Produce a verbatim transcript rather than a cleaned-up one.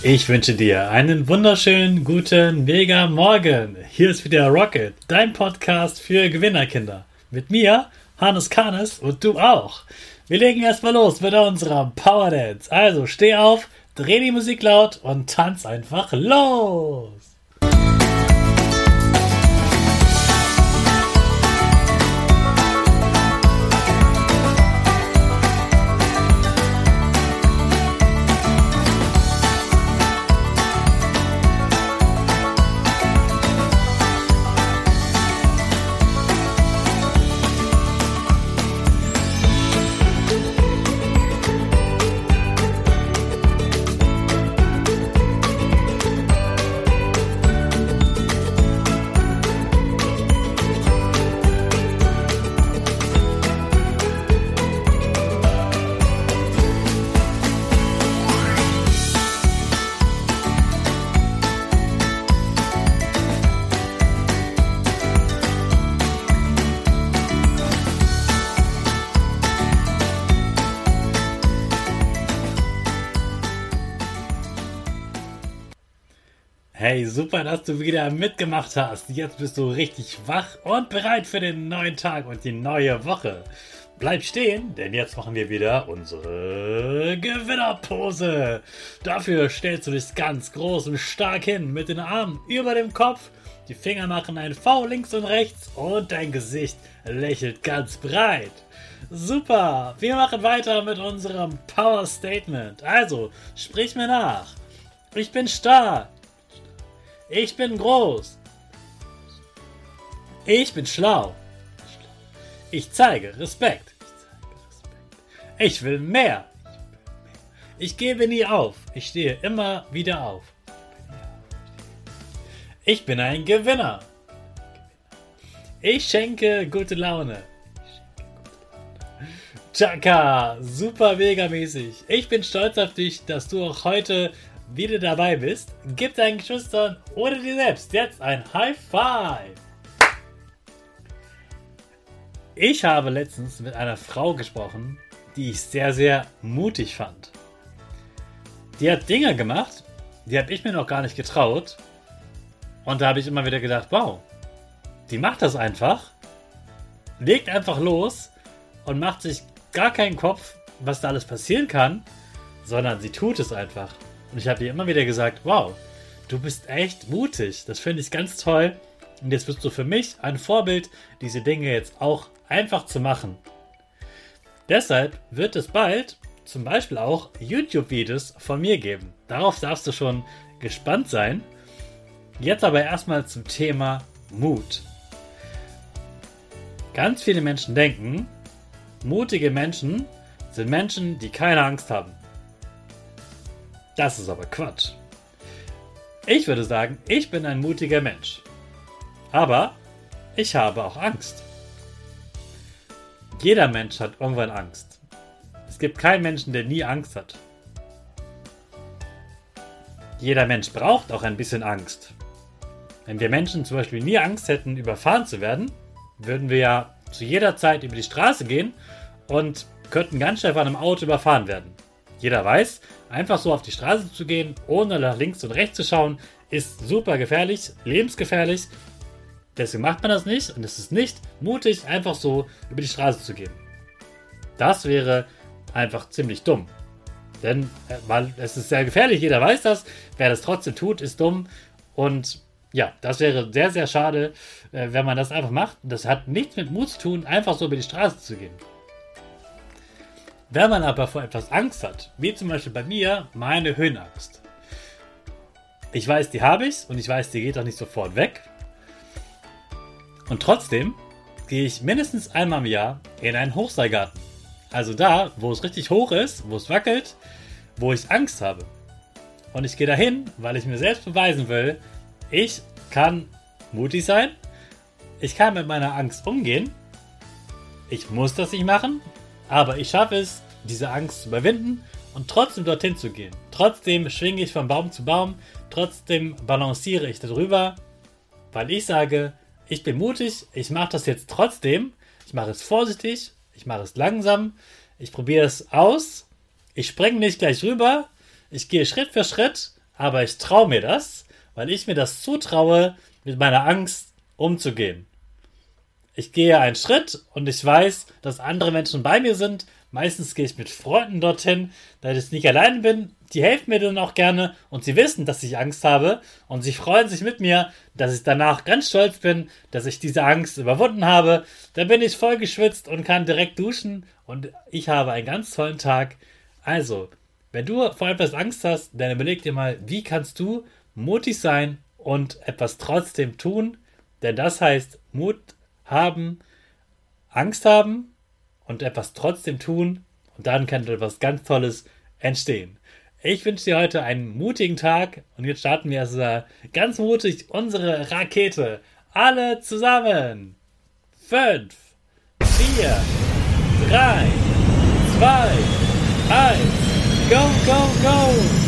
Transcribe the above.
Ich wünsche dir einen wunderschönen, guten, mega Morgen. Hier ist wieder Rocket, dein Podcast für Gewinnerkinder. Mit mir, Hannes Karnes und du auch. Wir legen erstmal los mit unserem Power Dance. Also steh auf, dreh die Musik laut und tanz einfach los. Hey, super, dass du wieder mitgemacht hast. Jetzt bist du richtig wach und bereit für den neuen Tag und die neue Woche. Bleib stehen, denn jetzt machen wir wieder unsere Gewinnerpose. Dafür stellst du dich ganz groß und stark hin, mit den Armen über dem Kopf. Die Finger machen ein V links und rechts und dein Gesicht lächelt ganz breit. Super, wir machen weiter mit unserem Power Statement. Also, sprich mir nach. Ich bin stark. Ich bin groß. Ich bin schlau. Ich zeige Respekt. Ich will mehr. Ich gebe nie auf. Ich stehe immer wieder auf. Ich bin ein Gewinner. Ich schenke gute Laune. Chaka, super mega mäßig. Ich bin stolz auf dich, dass du auch heute wieder dabei bist. Gib deinen Geschwistern oder dir selbst jetzt ein High Five. Ich habe letztens mit einer Frau gesprochen, die ich sehr, sehr mutig fand. Die hat Dinge gemacht, die habe ich mir noch gar nicht getraut. Und da habe ich immer wieder gedacht, wow, die macht das einfach, legt einfach los und macht sich gar keinen Kopf, was da alles passieren kann, sondern sie tut es einfach. Und ich habe ihr immer wieder gesagt, wow, du bist echt mutig. Das finde ich ganz toll. Und jetzt bist du für mich ein Vorbild, diese Dinge jetzt auch einfach zu machen. Deshalb wird es bald zum Beispiel auch YouTube-Videos von mir geben. Darauf darfst du schon gespannt sein. Jetzt aber erstmal zum Thema Mut. Ganz viele Menschen denken, mutige Menschen sind Menschen, die keine Angst haben. Das ist aber Quatsch. Ich würde sagen, ich bin ein mutiger Mensch. Aber ich habe auch Angst. Jeder Mensch hat irgendwann Angst. Es gibt keinen Menschen, der nie Angst hat. Jeder Mensch braucht auch ein bisschen Angst. Wenn wir Menschen zum Beispiel nie Angst hätten, überfahren zu werden, würden wir ja zu jeder Zeit über die Straße gehen und könnten ganz schnell von einem Auto überfahren werden. Jeder weiß, einfach so auf die Straße zu gehen, ohne nach links und rechts zu schauen, ist super gefährlich, lebensgefährlich. Deswegen macht man das nicht und es ist nicht mutig, einfach so über die Straße zu gehen. Das wäre einfach ziemlich dumm. Denn äh, weil es ist sehr gefährlich, jeder weiß das. Wer das trotzdem tut, ist dumm. Und ja, das wäre sehr, sehr schade, äh, wenn man das einfach macht. Das hat nichts mit Mut zu tun, einfach so über die Straße zu gehen. Wenn man aber vor etwas Angst hat, wie zum Beispiel bei mir meine Höhenangst. Ich weiß, die habe ich und ich weiß, die geht auch nicht sofort weg. Und trotzdem gehe ich mindestens einmal im Jahr in einen Hochseilgarten. Also da, wo es richtig hoch ist, wo es wackelt, wo ich Angst habe. Und ich gehe dahin, weil ich mir selbst beweisen will, ich kann mutig sein, ich kann mit meiner Angst umgehen, ich muss das nicht machen, aber ich schaffe es, diese Angst zu überwinden und trotzdem dorthin zu gehen. Trotzdem schwinge ich von Baum zu Baum, trotzdem balanciere ich darüber, weil ich sage, ich bin mutig, ich mache das jetzt trotzdem, ich mache es vorsichtig, ich mache es langsam, ich probiere es aus, ich springe nicht gleich rüber, ich gehe Schritt für Schritt, aber ich traue mir das, weil ich mir das zutraue, mit meiner Angst umzugehen. Ich gehe einen Schritt und ich weiß, dass andere Menschen bei mir sind. Meistens gehe ich mit Freunden dorthin, da ich nicht allein bin. Die helfen mir dann auch gerne und sie wissen, dass ich Angst habe und sie freuen sich mit mir, dass ich danach ganz stolz bin, dass ich diese Angst überwunden habe. Dann bin ich voll geschwitzt und kann direkt duschen und ich habe einen ganz tollen Tag. Also, wenn du vor etwas Angst hast, dann überleg dir mal, wie kannst du mutig sein und etwas trotzdem tun, denn das heißt Mut haben, Angst haben und etwas trotzdem tun und dann kann etwas ganz Tolles entstehen. Ich wünsche dir heute einen mutigen Tag und jetzt starten wir erstmal ganz mutig unsere Rakete. Alle zusammen. Fünf, vier, drei, zwei, eins. Go, go, go!